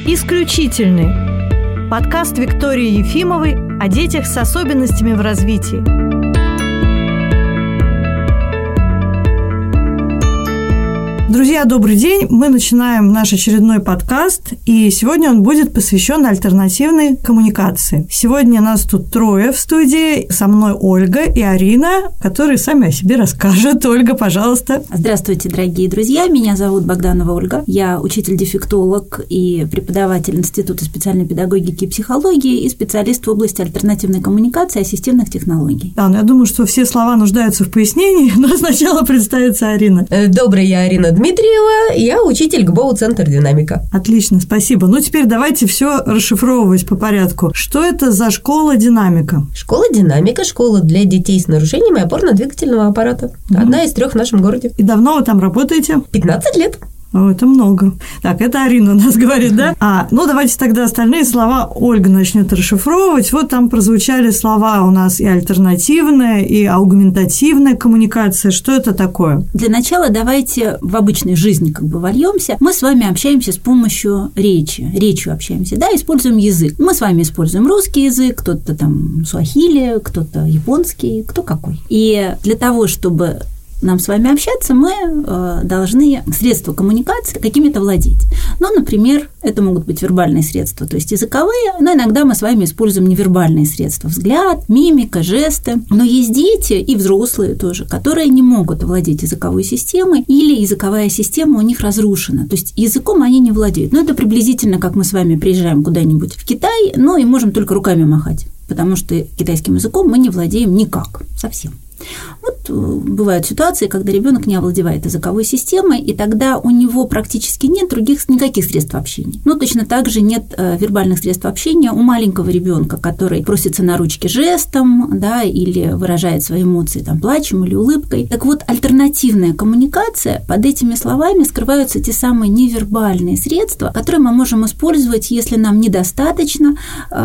«Исключительный» – подкаст Виктории Ефимовой о детях с особенностями в развитии. Друзья, добрый день! Мы начинаем наш очередной подкаст, и сегодня он будет посвящен альтернативной коммуникации. Сегодня нас тут трое в студии, со мной Ольга и Арина, которые сами о себе расскажут. Ольга, пожалуйста. Здравствуйте, дорогие друзья! Меня зовут Богданова Ольга. Я учитель-дефектолог и преподаватель Института специальной педагогики и психологии и специалист в области альтернативной коммуникации и ассистивных технологий. Да, я думаю, что все слова нуждаются в пояснении, но сначала представится Арина. Добрый, я Арина Дмитриева, я учитель ГБОУ «Центр Динамика». Отлично, спасибо. Ну, теперь давайте все расшифровывать по порядку. Что это за школа «Динамика»? Школа «Динамика» – школа для детей с нарушениями опорно-двигательного аппарата. Одна из 3 в нашем городе. И давно вы там работаете? 15 лет. О, это много. Так, это Арина у нас говорит, да? Ну, давайте тогда остальные слова Ольга начнет расшифровывать. Вот там прозвучали слова у нас и альтернативная, и аугментативная коммуникация. Что это такое? Для начала давайте в обычной жизни вольемся. Мы с вами общаемся с помощью речи. Речью общаемся, да, используем язык. Мы с вами используем русский язык, кто-то там суахили, кто-то японский, кто какой. И для того, чтобы нам с вами общаться, мы должны средства коммуникации какими-то владеть. Ну, например, это могут быть вербальные средства, то есть языковые, но иногда мы с вами используем невербальные средства. Взгляд, мимика, жесты. Но есть дети и взрослые тоже, которые не могут владеть языковой системой или языковая система у них разрушена. То есть языком они не владеют. Но это приблизительно, как мы с вами приезжаем куда-нибудь в Китай, но и можем только руками махать, потому что китайским языком мы не владеем никак, совсем. Вот бывают ситуации, когда ребенок не овладевает языковой системой, и тогда у него практически нет никаких средств общения. Ну, точно так же нет вербальных средств общения у маленького ребенка, который просится на ручки жестом, да, или выражает свои эмоции там, плачем или улыбкой. Так вот, альтернативная коммуникация, под этими словами скрываются те самые невербальные средства, которые мы можем использовать, если нам недостаточно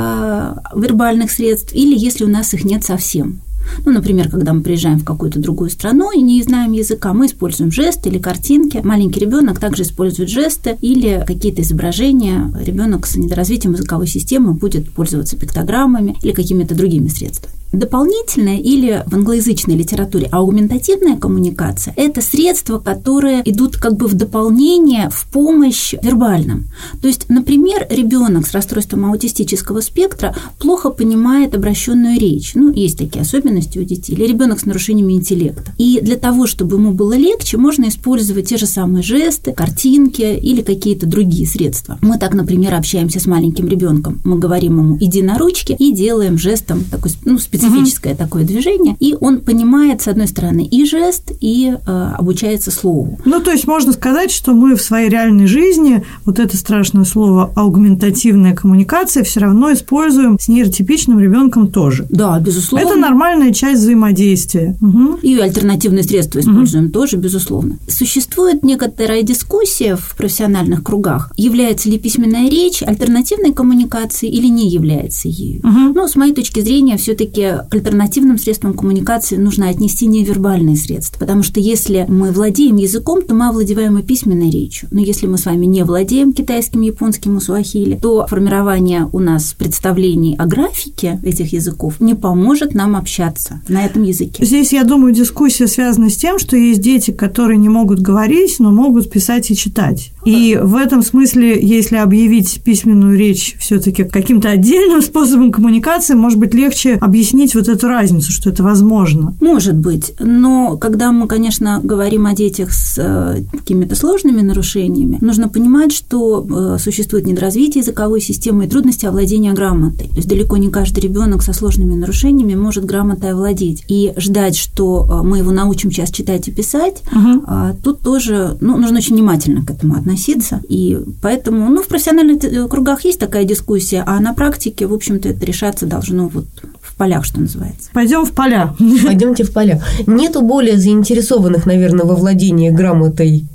вербальных средств или если у нас их нет совсем. Ну, например, когда мы приезжаем в какую-то другую страну и не знаем языка, мы используем жесты или картинки. Маленький ребенок также использует жесты или какие-то изображения. Ребенок с недоразвитием языковой системы будет пользоваться пиктограммами или какими-то другими средствами. Дополнительная или в англоязычной литературе аугментативная коммуникация – это средства, которые идут в дополнение, в помощь вербальным. То есть, например, ребенок с расстройством аутистического спектра плохо понимает обращенную речь. Ну, есть такие особенности у детей. Или ребенок с нарушениями интеллекта. И для того, чтобы ему было легче, можно использовать те же самые жесты, картинки или какие-то другие средства. Мы так, например, общаемся с маленьким ребенком. Мы говорим ему «иди на ручки» и делаем жестом такой, специфическое такое движение, и он понимает, с одной стороны, и жест, и обучается слову. Ну, то есть можно сказать, что мы в своей реальной жизни вот это страшное слово аугментативная коммуникация все равно используем с нейротипичным ребенком тоже. Да, безусловно. Это нормальная часть взаимодействия. И альтернативные средства используем тоже, безусловно. Существует некоторая дискуссия в профессиональных кругах, является ли письменная речь альтернативной коммуникацией или не является ею. Но с моей точки зрения, все-таки к альтернативным средствам коммуникации нужно отнести невербальные средства, потому что если мы владеем языком, то мы овладеваем и письменной речью. Но если мы с вами не владеем китайским, японским и суахили, то формирование у нас представлений о графике этих языков не поможет нам общаться на этом языке. Здесь, я думаю, дискуссия связана с тем, что есть дети, которые не могут говорить, но могут писать и читать. И в этом смысле, если объявить письменную речь все-таки каким-то отдельным способом коммуникации, может быть, легче объяснить вот эту разницу, что это возможно. Может быть, но когда мы, конечно, говорим о детях с какими-то сложными нарушениями, нужно понимать, что существует недоразвитие языковой системы и трудности овладения грамотой. То есть далеко не каждый ребенок со сложными нарушениями может грамотой овладеть. И ждать, что мы его научим сейчас читать и писать, тут тоже нужно очень внимательно к этому относиться. И поэтому в профессиональных кругах есть такая дискуссия, а на практике, в общем-то, это решаться должно в полях, что называется. Пойдем в поля. Пойдемте в поля. Нету более заинтересованных, наверное, во владении грамотой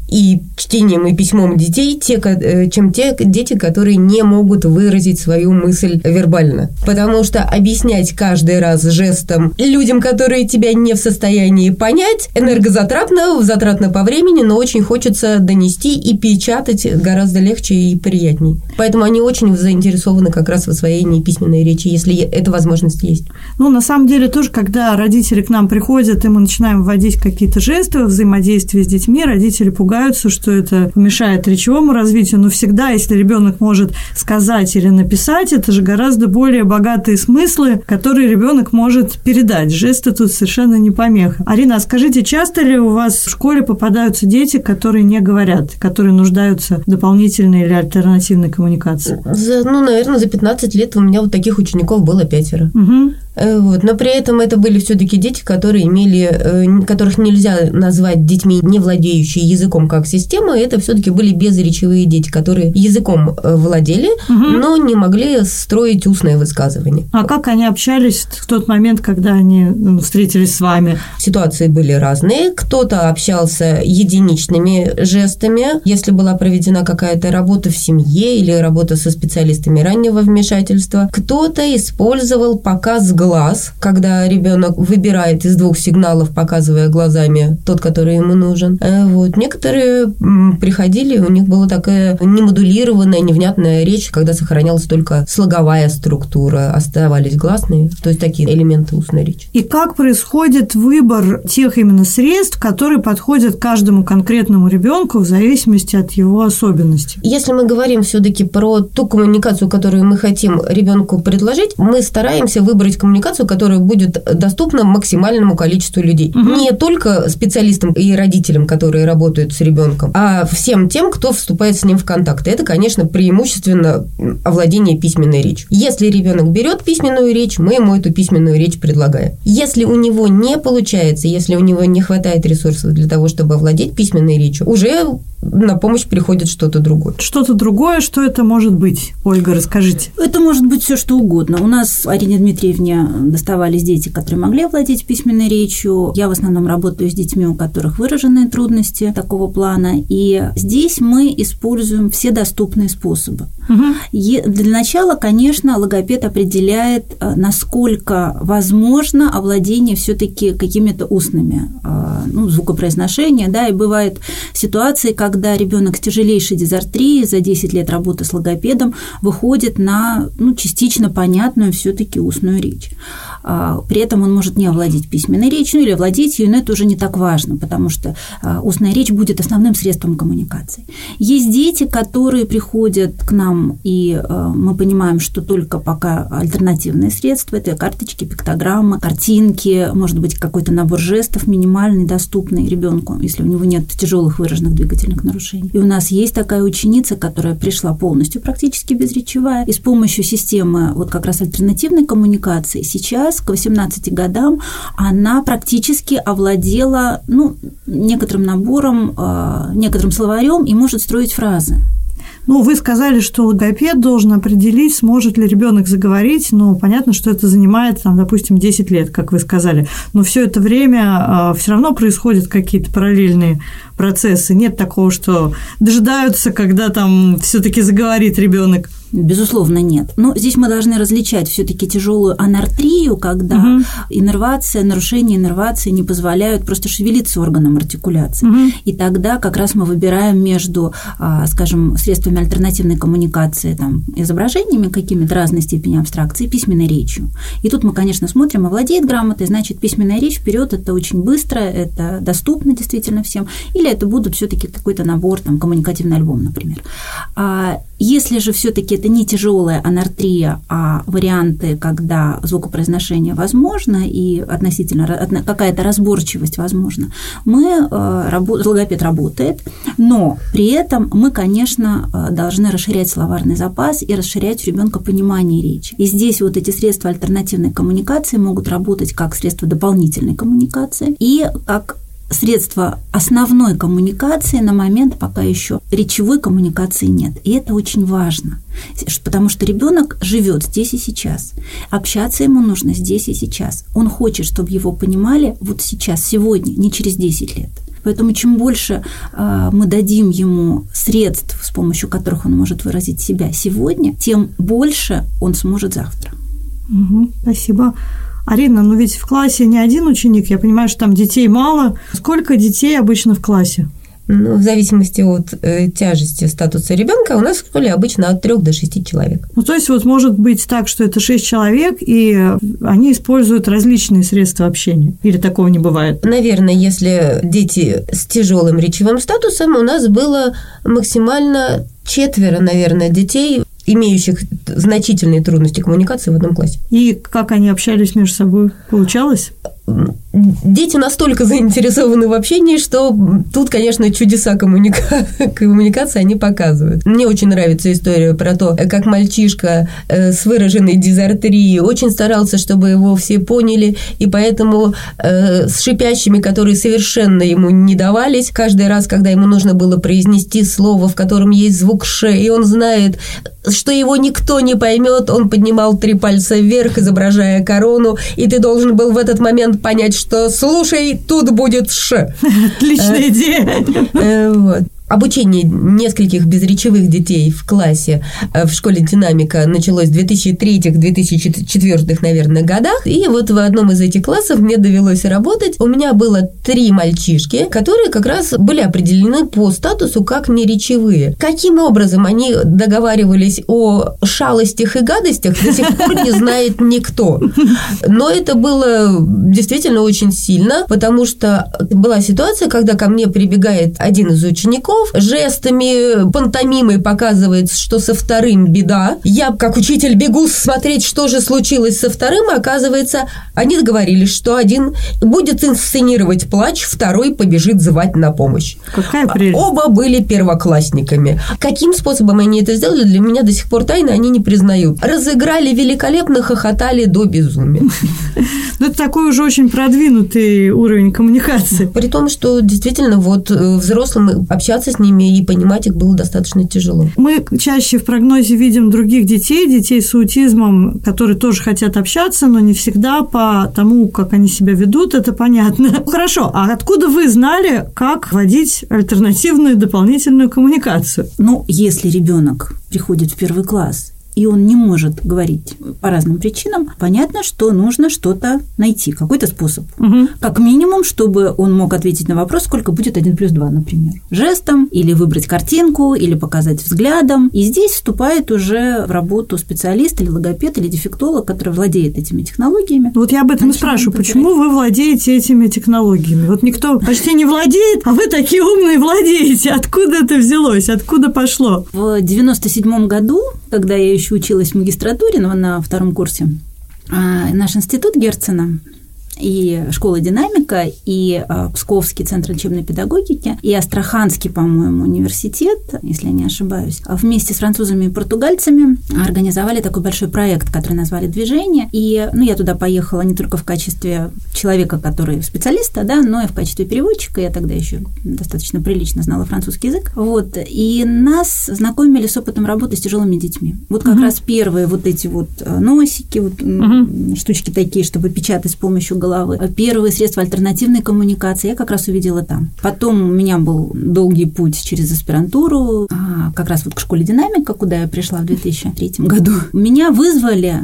и чтением и письмом детей, чем те дети, которые не могут выразить свою мысль вербально. Потому что объяснять каждый раз жестом людям, которые тебя не в состоянии понять, затратно по времени, но очень хочется донести, и печатать гораздо легче и приятней. Поэтому они очень заинтересованы как раз в освоении письменной речи, если эта возможность есть. На самом деле тоже, когда родители к нам приходят, и мы начинаем вводить какие-то жесты во взаимодействии с детьми, родители пугаются, что это помешает речевому развитию, но всегда, если ребенок может сказать или написать, это же гораздо более богатые смыслы, которые ребенок может передать. Жесты тут совершенно не помеха. Арина, а скажите, часто ли у вас в школе попадаются дети, которые не говорят, которые нуждаются в дополнительной или альтернативной коммуникации? Наверное, за 15 лет у меня вот таких учеников было 5. Угу. Но при этом это были все-таки дети, которых нельзя назвать детьми, не владеющие языком как система. Это все-таки были безречевые дети, которые языком владели, но не могли строить устное высказывание. А как они общались в тот момент, когда они встретились с вами? Ситуации были разные. Кто-то общался единичными жестами, если была проведена какая-то работа в семье или работа со специалистами раннего вмешательства. Кто-то использовал показ глаз, когда ребенок выбирает из 2 сигналов, показывая глазами тот, который ему нужен. Некоторые приходили, у них была такая немодулированная, невнятная речь, когда сохранялась только слоговая структура, оставались гласные, то есть такие элементы устной речи. И как происходит выбор тех именно средств, которые подходят каждому конкретному ребенку в зависимости от его особенностей? Если мы говорим все-таки про ту коммуникацию, которую мы хотим ребенку предложить, мы стараемся выбрать коммуникацию, которая будет доступна максимальному количеству людей. Не только специалистам и родителям, которые работают с ребенком, а всем тем, кто вступает с ним в контакт. Это, конечно, преимущественно овладение письменной речью. Если ребенок берет письменную речь, мы ему эту письменную речь предлагаем. Если у него не получается, если у него не хватает ресурсов для того, чтобы овладеть письменной речью, уже на помощь приходит что-то другое. Что-то другое, что это может быть? Ольга, расскажите. Это может быть все что угодно. У нас Арине Дмитриевне доставались дети, которые могли овладеть письменной речью. Я в основном работаю с детьми, у которых выраженные трудности такого плана. И здесь мы используем все доступные способы. И для начала, конечно, логопед определяет, насколько возможно овладение все-таки какими-то устными, звукопроизношения, и бывают ситуации, когда ребенок с тяжелейшей дизартрией за 10 лет работы с логопедом выходит на частично понятную все-таки устную речь. При этом он может не овладеть письменной речью или овладеть ее, но это уже не так важно, потому что устная речь будет основным средством коммуникации. Есть дети, которые приходят к нам, и мы понимаем, что только пока альтернативные средства – это карточки, пиктограммы, картинки, может быть, какой-то набор жестов минимальный, доступный ребенку, если у него нет тяжелых выраженных двигательных нарушений. И у нас есть такая ученица, которая пришла полностью практически безречевая, и с помощью системы как раз альтернативной коммуникации сейчас к 18 годам она практически овладела некоторым набором, некоторым словарем и может строить фразы. Вы сказали, что логопед должен определить, сможет ли ребенок заговорить, но понятно, что это занимает, допустим, 10 лет, как вы сказали, но все это время все равно происходят какие-то параллельные процессы. Нет такого, что дожидаются, когда там все-таки заговорит ребенок. Безусловно, нет. Но здесь мы должны различать все-таки тяжелую анартрию, когда иннервация, нарушение иннервации не позволяют просто шевелиться органам артикуляции. И тогда как раз мы выбираем между, скажем, средствами альтернативной коммуникации, изображениями какими-то разной степени абстракции, письменной речью. И тут мы, конечно, смотрим, овладеет грамотой, значит, письменная речь вперед, это очень быстро, это доступно действительно всем, или это будут все-таки какой-то набор, коммуникативный альбом, например. Если же все-таки это не тяжелая анартрия, а варианты, когда звукопроизношение возможно и относительно какая-то разборчивость возможна, логопед работает, но при этом мы, конечно, должны расширять словарный запас и расширять у ребенка понимание речи. И здесь эти средства альтернативной коммуникации могут работать как средства дополнительной коммуникации и как средства основной коммуникации на момент, пока еще речевой коммуникации нет. И это очень важно, потому что ребенок живет здесь и сейчас. Общаться ему нужно здесь и сейчас. Он хочет, чтобы его понимали сейчас, сегодня, не через 10 лет. Поэтому чем больше мы дадим ему средств, с помощью которых он может выразить себя сегодня, тем больше он сможет завтра. Спасибо. Арина, ну ведь в классе не один ученик, я понимаю, что там детей мало. Сколько детей обычно в классе? Ну, в зависимости от тяжести статуса ребенка у нас в школе обычно от 3 до 6 человек. Ну, то есть вот может быть так, что это 6 человек, и они используют различные средства общения? Или такого не бывает? Наверное, если дети с тяжелым речевым статусом, у нас было максимально 4, наверное, детей, имеющих значительные трудности коммуникации в одном классе. И как они общались между собой? Получалось? Дети настолько заинтересованы в общении, что тут, конечно, чудеса коммуникации они показывают. Мне очень нравится история про то, как мальчишка с выраженной дизартрией очень старался, чтобы его все поняли, и поэтому с шипящими, которые совершенно ему не давались, каждый раз, когда ему нужно было произнести слово, в котором есть звук «ш», и он знает, что его никто не поймет, он поднимал 3 пальца вверх, изображая корону, и ты должен был в этот момент понять, что «слушай, тут будет «ш». Отличная идея. Вот. Обучение нескольких безречевых детей в классе в школе «Динамика» началось в 2003-2004, наверное, годах. И вот в одном из этих классов мне довелось работать. У меня было 3 мальчишки, которые как раз были определены по статусу как неречевые. Каким образом они договаривались о шалостях и гадостях, до сих пор не знает никто. Но это было действительно очень сильно, потому что была ситуация, когда ко мне прибегает один из учеников, жестами, пантомимой показывает, что со вторым беда. Я, как учитель, бегу смотреть, что же случилось со вторым, а оказывается, они договорились, что один будет инсценировать плач, второй побежит звать на помощь. Какая прелесть. Оба были первоклассниками. Каким способом они это сделали, для меня до сих пор тайна, они не признают. Разыграли великолепно, хохотали до безумия. Ну, это такой уже очень продвинутый уровень коммуникации. При том, что действительно вот взрослым общаться с ними и понимать их было достаточно тяжело. Мы чаще в прогнозе видим других детей с аутизмом, которые тоже хотят общаться, но не всегда по тому, как они себя ведут, это понятно. Хорошо, а откуда вы знали, как вводить альтернативную дополнительную коммуникацию? Ну, если ребенок приходит в 1 класс, и он не может говорить по разным причинам, понятно, что нужно что-то найти, какой-то способ. Как минимум, чтобы он мог ответить на вопрос, сколько будет 1 + 2, например. Жестом, или выбрать картинку, или показать взглядом. И здесь вступает уже в работу специалист или логопед, или дефектолог, который владеет этими технологиями. Вот я об этом и спрашиваю, почему вы владеете этими технологиями? Вот никто почти не владеет, а вы такие умные владеете. Откуда это взялось? Откуда пошло? В 1997 году, когда я еще училась в магистратуре, но на 2 курсе, наш институт Герцена и школа «Динамика», и Псковский центр лечебной педагогики, и Астраханский, по-моему, университет, если я не ошибаюсь, вместе с французами и португальцами организовали такой большой проект, который назвали «Движение». И я туда поехала не только в качестве человека, который специалиста, да, но и в качестве переводчика. Я тогда еще достаточно прилично знала французский язык. Вот. И нас знакомили с опытом работы с тяжелыми детьми. Вот как раз первые вот эти вот носики, вот, штучки такие, чтобы печатать с помощью головы. Первые средства альтернативной коммуникации я как раз увидела там. Потом у меня был долгий путь через аспирантуру, как раз вот к школе «Динамика», куда я пришла в 2003 году. Меня вызвали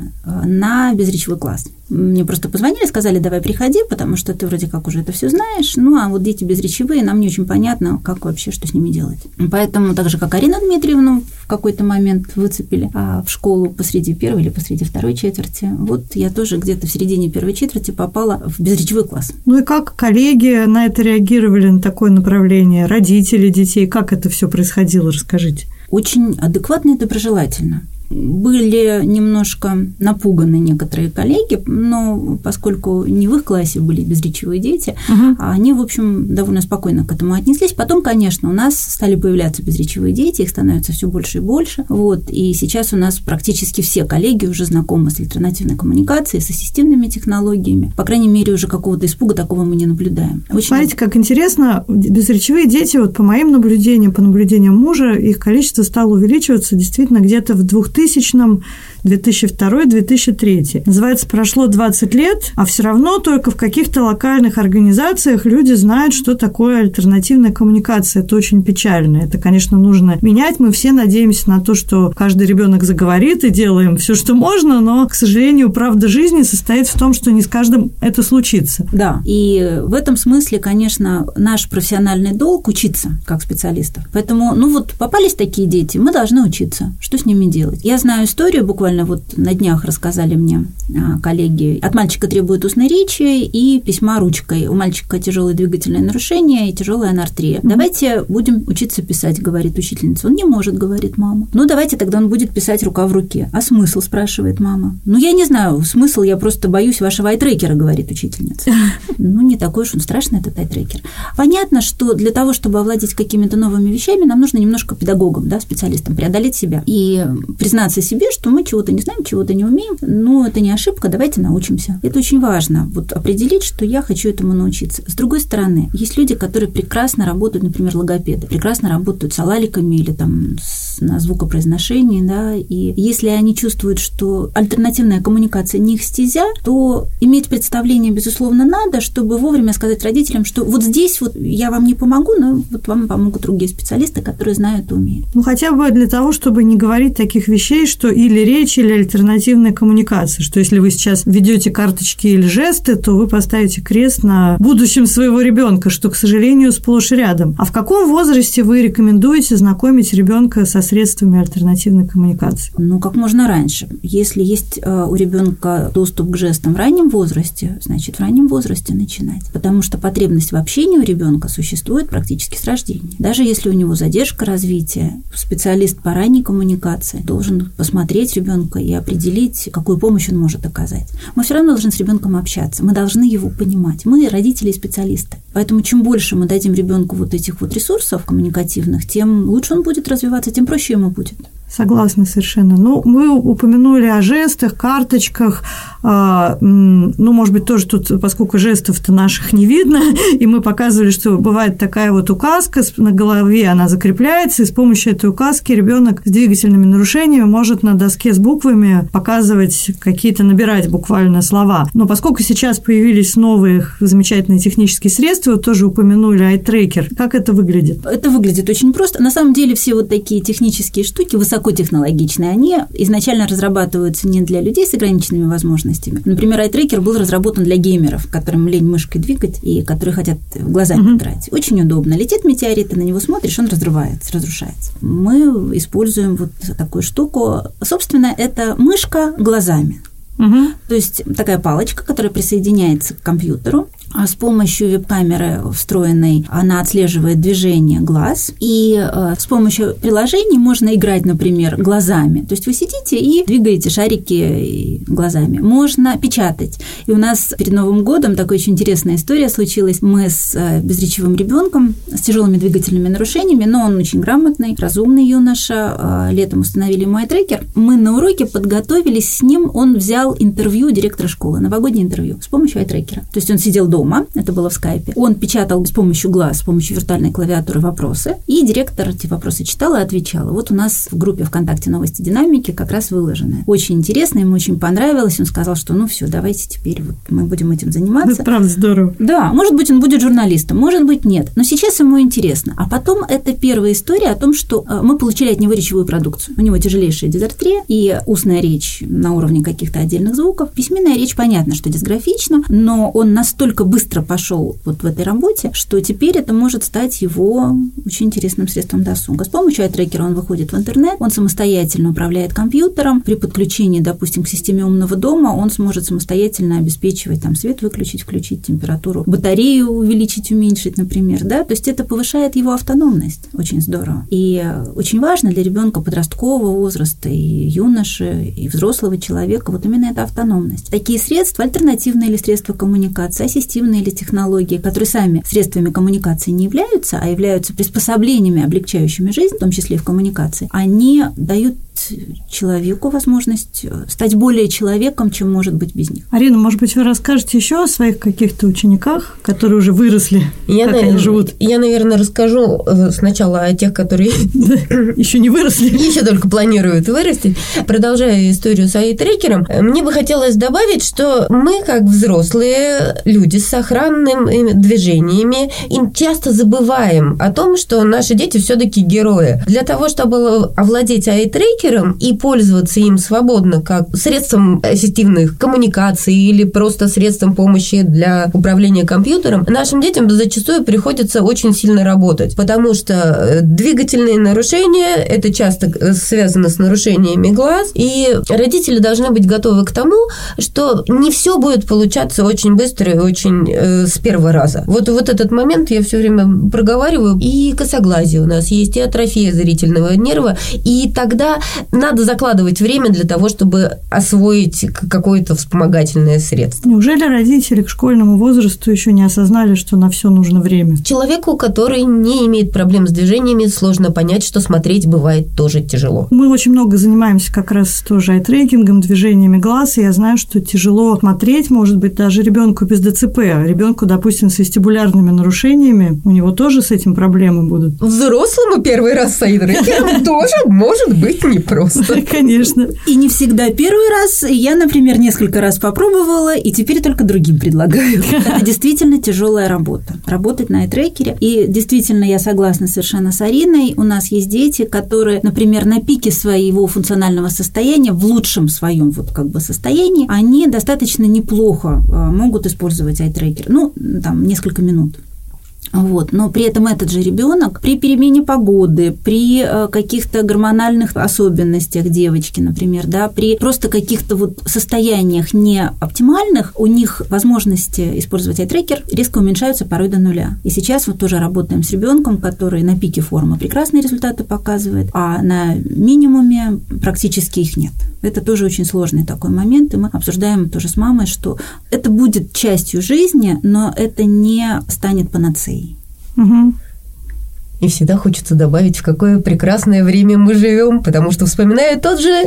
на безречевой класс. Мне просто позвонили, сказали, давай приходи, потому что ты вроде как уже это все знаешь. Ну, а вот дети безречевые, нам не очень понятно, как вообще, что с ними делать. Поэтому, так же, как Арину Дмитриевну в какой-то момент выцепили в школу посреди 1 или посреди 2 четверти, вот я тоже где-то в середине 1 четверти попала в безречевой класс. Ну, и как коллеги на это реагировали, на такое направление? Родители детей, как это все происходило? Расскажите. Очень адекватно и доброжелательно. Были немножко напуганы некоторые коллеги, но поскольку не в их классе были безречевые дети, они, в общем, довольно спокойно к этому отнеслись. Потом, конечно, у нас стали появляться безречевые дети, их становится все больше и больше. Вот, и сейчас у нас практически все коллеги уже знакомы с альтернативной коммуникацией, с ассистивными технологиями. По крайней мере, уже какого-то испуга такого мы не наблюдаем. Смотрите, как интересно, безречевые дети, вот по моим наблюдениям, по наблюдениям мужа, их количество стало увеличиваться действительно где-то в 2000 2000-м, 2002-2003. Называется «Прошло 20 лет, а все равно только в каких-то локальных организациях люди знают, что такое альтернативная коммуникация». Это очень печально. Это, конечно, нужно менять. Мы все надеемся на то, что каждый ребенок заговорит, и делаем все, что можно, но, к сожалению, правда жизни состоит в том, что не с каждым это случится. Да, и в этом смысле, конечно, наш профессиональный долг – учиться как специалистов. Поэтому, попались такие дети, мы должны учиться. Что с ними делать? Я знаю историю, буквально на днях рассказали мне коллеги. От мальчика требуют устной речи и письма ручкой. У мальчика тяжелые двигательные нарушения и тяжелая анартрия. Давайте будем учиться писать, говорит учительница. Он не может, говорит мама. Давайте тогда он будет писать рука в руке. А смысл, спрашивает мама. Я не знаю смысл, я просто боюсь вашего айтрекера, говорит учительница. Не такой уж он страшный, этот айтрекер. Понятно, что для того, чтобы овладеть какими-то новыми вещами, нам нужно немножко педагогам, специалистам преодолеть себя и признаться себе, что мы чего-то не знаем, чего-то не умеем, но это не ошибка, давайте научимся. Это очень важно, определить, что я хочу этому научиться. С другой стороны, есть люди, которые прекрасно работают, например, логопеды, прекрасно работают с алаликами или на звукопроизношении, и если они чувствуют, что альтернативная коммуникация не их стезя, то иметь представление, безусловно, надо, чтобы вовремя сказать родителям, что здесь я вам не помогу, но вам помогут другие специалисты, которые знают и умеют. Хотя бы для того, чтобы не говорить таких вещей, что или речь, или альтернативная коммуникация, что если вы сейчас ведете карточки или жесты, то вы поставите крест на будущем своего ребенка, что, к сожалению, сплошь и рядом. А в каком возрасте вы рекомендуете знакомить ребенка со средствами альтернативной коммуникации? Как можно раньше. Если есть у ребенка доступ к жестам в раннем возрасте, значит, в раннем возрасте начинать. Потому что потребность в общении у ребенка существует практически с рождения. Даже если у него задержка развития, специалист по ранней коммуникации должен посмотреть ребенка и определить, какую помощь он может оказать. Мы все равно должны с ребенком общаться, мы должны его понимать. Мы родители и специалисты. Поэтому чем больше мы дадим ребенку этих ресурсов коммуникативных, тем лучше он будет развиваться, тем проще ему будет. Согласна совершенно. Мы упомянули о жестах, карточках. Может быть, тоже тут, поскольку жестов-то наших не видно, и мы показывали, что бывает такая указка на голове, она закрепляется, и с помощью этой указки ребенок с двигательными нарушениями может на доске с буквами показывать набирать буквально слова. Но поскольку сейчас появились новые замечательные технические средства, тоже упомянули айтрекер. Как это выглядит? Это выглядит очень просто. На самом деле все такие технические штуки высокотехнологичные, они изначально разрабатываются не для людей с ограниченными возможностями. Например, айтрекер был разработан для геймеров, которым лень мышкой двигать и которые хотят глазами играть. Очень удобно. Летит метеорит, ты на него смотришь, он разрушается. Мы используем такую штуку. Собственно, это мышка глазами. То есть такая палочка, которая присоединяется к компьютеру, а с помощью веб-камеры встроенной она отслеживает движение глаз, и с помощью приложений можно играть, например, глазами. То есть вы сидите и двигаете шарики глазами. Можно печатать. И у нас перед Новым годом такая очень интересная история случилась. Мы с безречевым ребенком с тяжелыми двигательными нарушениями, но он очень грамотный, разумный юноша. Летом установили ему айтрекер. Мы на уроке подготовились с ним, он взял интервью директора школы, новогоднее интервью с помощью айтрекера. То есть он сидел дома, это было в скайпе, он печатал с помощью глаз, с помощью виртуальной клавиатуры вопросы, и директор эти вопросы читал и отвечал. У нас в группе ВКонтакте «Новости динамики» как раз выложены. Очень интересно, ему очень понравилось, он сказал, что все, давайте теперь мы будем этим заниматься. Это правда здорово. Да, может быть, он будет журналистом, может быть, нет, но сейчас ему интересно. А потом это первая история о том, что мы получили от него речевую продукцию. У него тяжелейшая дисартрия и устная речь на уровне каких-то отдельных звуков. Письменная речь, понятно, что дисграфична, но он настолько быстро пошел в этой работе, что теперь это может стать его очень интересным средством досуга. С помощью айтрекера он выходит в интернет, он самостоятельно управляет компьютером. При подключении, допустим, к системе умного дома он сможет самостоятельно обеспечивать свет выключить, включить, температуру, батарею увеличить, уменьшить, например. Да? То есть это повышает его автономность. Очень здорово. И очень важно для ребенка подросткового возраста и юноши, и взрослого человека именно эта автономность. Такие средства, альтернативные или средства коммуникации, ассистивные или технологии, которые сами средствами коммуникации не являются, а являются приспособлениями, облегчающими жизнь, в том числе и в коммуникации, они дают человеку возможность стать более человеком, чем может быть без них. Арина, может быть, вы расскажете еще о своих каких-то учениках, которые уже выросли, они живут? Я, наверное, расскажу сначала о тех, которые еще не выросли. Еще только планируют вырасти. Продолжая историю с ай-трекером, мне бы хотелось добавить, что мы, как взрослые люди с сохранными движениями, часто забываем о том, что наши дети все-таки герои. Для того, чтобы овладеть ай-трекером и пользоваться им свободно как средством ассистивных коммуникаций или просто средством помощи для управления компьютером, нашим детям зачастую приходится очень сильно работать, потому что двигательные нарушения – это часто связано с нарушениями глаз, и родители должны быть готовы к тому, что не все будет получаться очень быстро и очень с первого раза. Вот этот момент я все время проговариваю. И косоглазие у нас есть, и атрофия зрительного нерва, и тогда надо закладывать время для того, чтобы освоить какое-то вспомогательное средство. Неужели родители к школьному возрасту еще не осознали, что на все нужно время? Человеку, который не имеет проблем с движениями, сложно понять, что смотреть бывает тоже тяжело. Мы очень много занимаемся как раз тоже ай-трекингом, движениями глаз, и я знаю, что тяжело смотреть, может быть, даже ребенку без ДЦП. Ребенку, допустим, с вестибулярными нарушениями, у него тоже с этим проблемы будут. Взрослому первый раз с ай-трекером тоже может быть непросто. Конечно. И не всегда первый раз. Я, например, несколько раз попробовала, и теперь только другим предлагаю. Это действительно тяжелая работа. Работать на ай-трекере. И действительно, я согласна совершенно с Ариной. У нас есть дети, которые, например, на пике своего функционального состояния, в лучшем своем состоянии, они достаточно неплохо могут использовать ай-трекер. Несколько минут. Но при этом этот же ребенок при перемене погоды, при каких-то гормональных особенностях девочки, например, при просто каких-то состояниях неоптимальных, у них возможности использовать ай-трекер резко уменьшаются порой до нуля. И сейчас тоже работаем с ребенком, который на пике формы прекрасные результаты показывает, а на минимуме практически их нет. Это тоже очень сложный такой момент, и мы обсуждаем тоже с мамой, что это будет частью жизни, но это не станет панацеей. Угу. И всегда хочется добавить, в какое прекрасное время мы живем, потому что, вспоминая тот же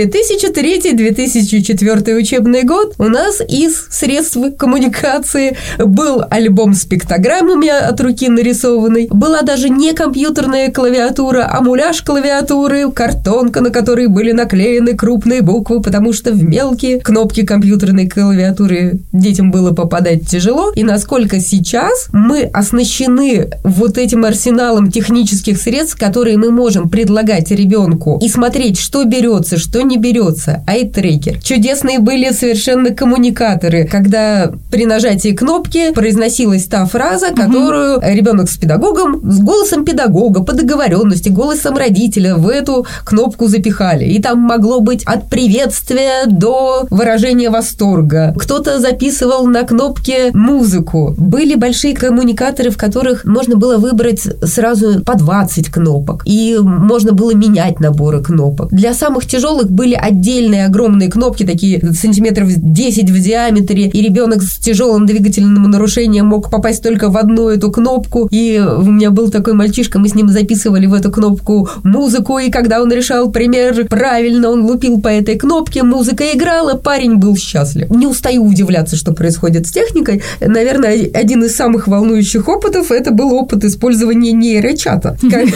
2003-2004 учебный год, у нас из средств коммуникации был альбом с пиктограммами от руки нарисованный, была даже не компьютерная клавиатура, а муляж клавиатуры, картонка, на которой были наклеены крупные буквы, потому что в мелкие кнопки компьютерной клавиатуры детям было попадать тяжело. И насколько сейчас мы оснащены этим арсеналом технических средств, которые мы можем предлагать ребенку и смотреть, что берется, что не берется. Ай-трекер. Чудесные были совершенно коммуникаторы, когда при нажатии кнопки произносилась та фраза, которую ребенок с педагогом, с голосом педагога, по договоренности, голосом родителя в эту кнопку запихали. И там могло быть от приветствия до выражения восторга. Кто-то записывал на кнопке музыку. Были большие коммуникаторы, в которых можно было выбрать сразу по 20 кнопок, и можно было менять наборы кнопок. Для самых тяжелых были отдельные огромные кнопки, такие сантиметров 10 в диаметре, и ребенок с тяжелым двигательным нарушением мог попасть только в одну эту кнопку. И у меня был такой мальчишка, мы с ним записывали в эту кнопку музыку, и когда он решал пример правильно, он лупил по этой кнопке, музыка играла, парень был счастлив. Не устаю удивляться, что происходит с техникой. Наверное, один из самых волнующих опытов – это был опыт использования нейрочата.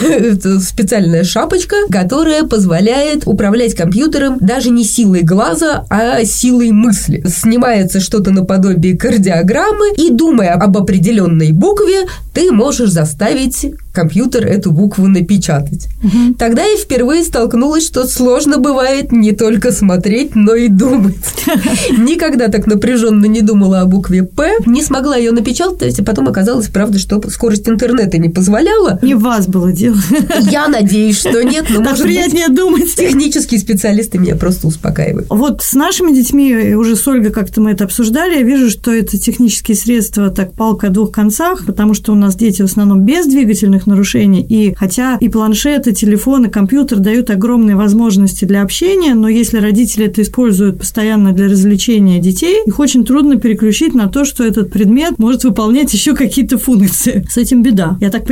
Специальная шапочка, которая позволяет управлять компьютером даже не силой глаза, а силой мысли. Снимается что-то наподобие кардиограммы, и, думая об определенной букве, ты можешь заставить компьютер эту букву напечатать. Тогда я впервые столкнулась, что сложно бывает не только смотреть, но и думать. Никогда так напряженно не думала о букве «П», не смогла ее напечатать, а потом оказалось, правда, что скорость интернета не позволяла. Не в вас было дело. Я надеюсь, что нет, но, может приятнее быть, думать. Технические специалисты меня просто успокаивают. С нашими детьми, уже с Ольгой как-то мы это обсуждали, я вижу, что это технические средства, палка о двух концах, потому что у нас дети в основном без двигательных нарушений, и хотя и планшеты, телефон, и компьютер дают огромные возможности для общения, но если родители это используют постоянно для развлечения детей, их очень трудно переключить на то, что этот предмет может выполнять еще какие-то функции. С этим беда. Я так понимаю, с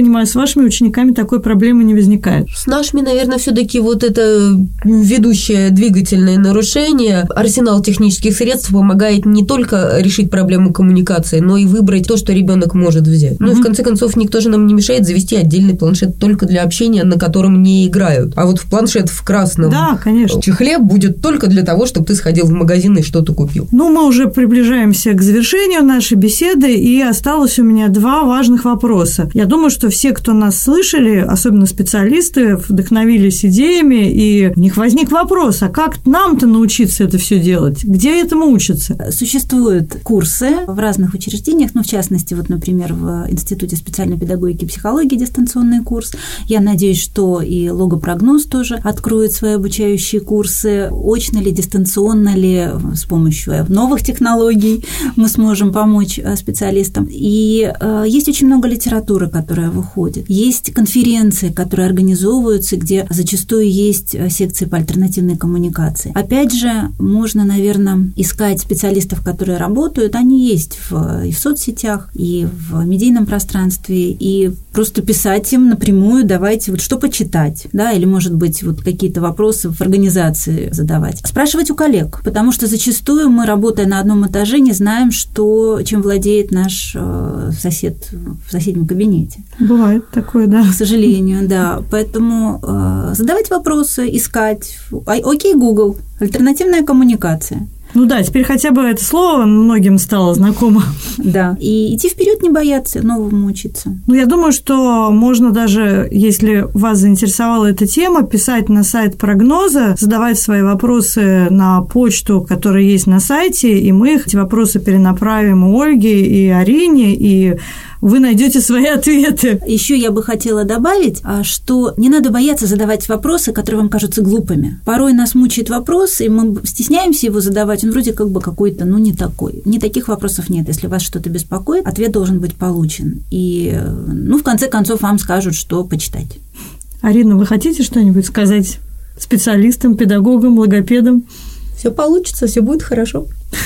вашими учениками такой проблемы не возникает? С нашими, наверное, все-таки вот это ведущее двигательное нарушение. Арсенал технических средств помогает не только решить проблему коммуникации, но и выбрать то, что ребенок может взять. Ну и в конце концов, никто же нам не мешает завести отдельный планшет только для общения, на котором не играют. А вот в планшет в красном чехле будет только для того, чтобы ты сходил в магазин и что-то купил. Ну, мы уже приближаемся к завершению нашей беседы, и осталось у меня 2 важных вопроса. Я думаю, что все, кто нас слышали, особенно специалисты, вдохновились идеями, и у них возник вопрос, а как нам-то научиться это все делать? Где этому учатся? Существуют курсы в разных учреждениях, ну, в частности, вот, например, в Институте специальной педагогики и психологии дистанционный курс. Я надеюсь, что и логопрогноз тоже откроет свои обучающие курсы. Очно ли, дистанционно ли, с помощью новых технологий мы сможем помочь специалистам. И есть очень много литературы, которая выходит. Есть конференции, которые организовываются, где зачастую есть секции по альтернативной коммуникации. Опять же, можно, наверное, искать специалистов, которые работают. Они есть и в соцсетях, и в медийном пространстве, и просто писать им напрямую, давайте вот что почитать, да, или, может быть, вот какие-то вопросы в организации задавать. Спрашивать у коллег, потому что зачастую мы, работая на одном этаже, не знаем, чем владеет наш сосед в соседнем кабинете. Бывает такое, да. К сожалению, да. Поэтому задавать вопросы, искать. Окей, Google, альтернативная коммуникация. Ну да, теперь хотя бы это слово многим стало знакомо. Да, и идти вперед, не бояться новому учиться. Ну, я думаю, что можно даже, если вас заинтересовала эта тема, писать на сайт прогноза, задавать свои вопросы на почту, которая есть на сайте, и мы эти вопросы перенаправим и Ольге, и Арине, и вы найдете свои ответы. Еще я бы хотела добавить, что не надо бояться задавать вопросы, которые вам кажутся глупыми. Порой нас мучает вопрос, и мы стесняемся его задавать, он вроде как бы какой-то, не такой. Не таких вопросов нет. Если вас что-то беспокоит, ответ должен быть получен. И, в конце концов, вам скажут, что почитать. Арина, вы хотите что-нибудь сказать специалистам, педагогам, логопедам? Все получится, все будет хорошо.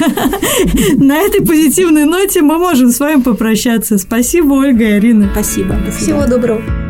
На этой позитивной ноте мы можем с вами попрощаться. Спасибо, Ольга и Арина. Спасибо. Всего доброго.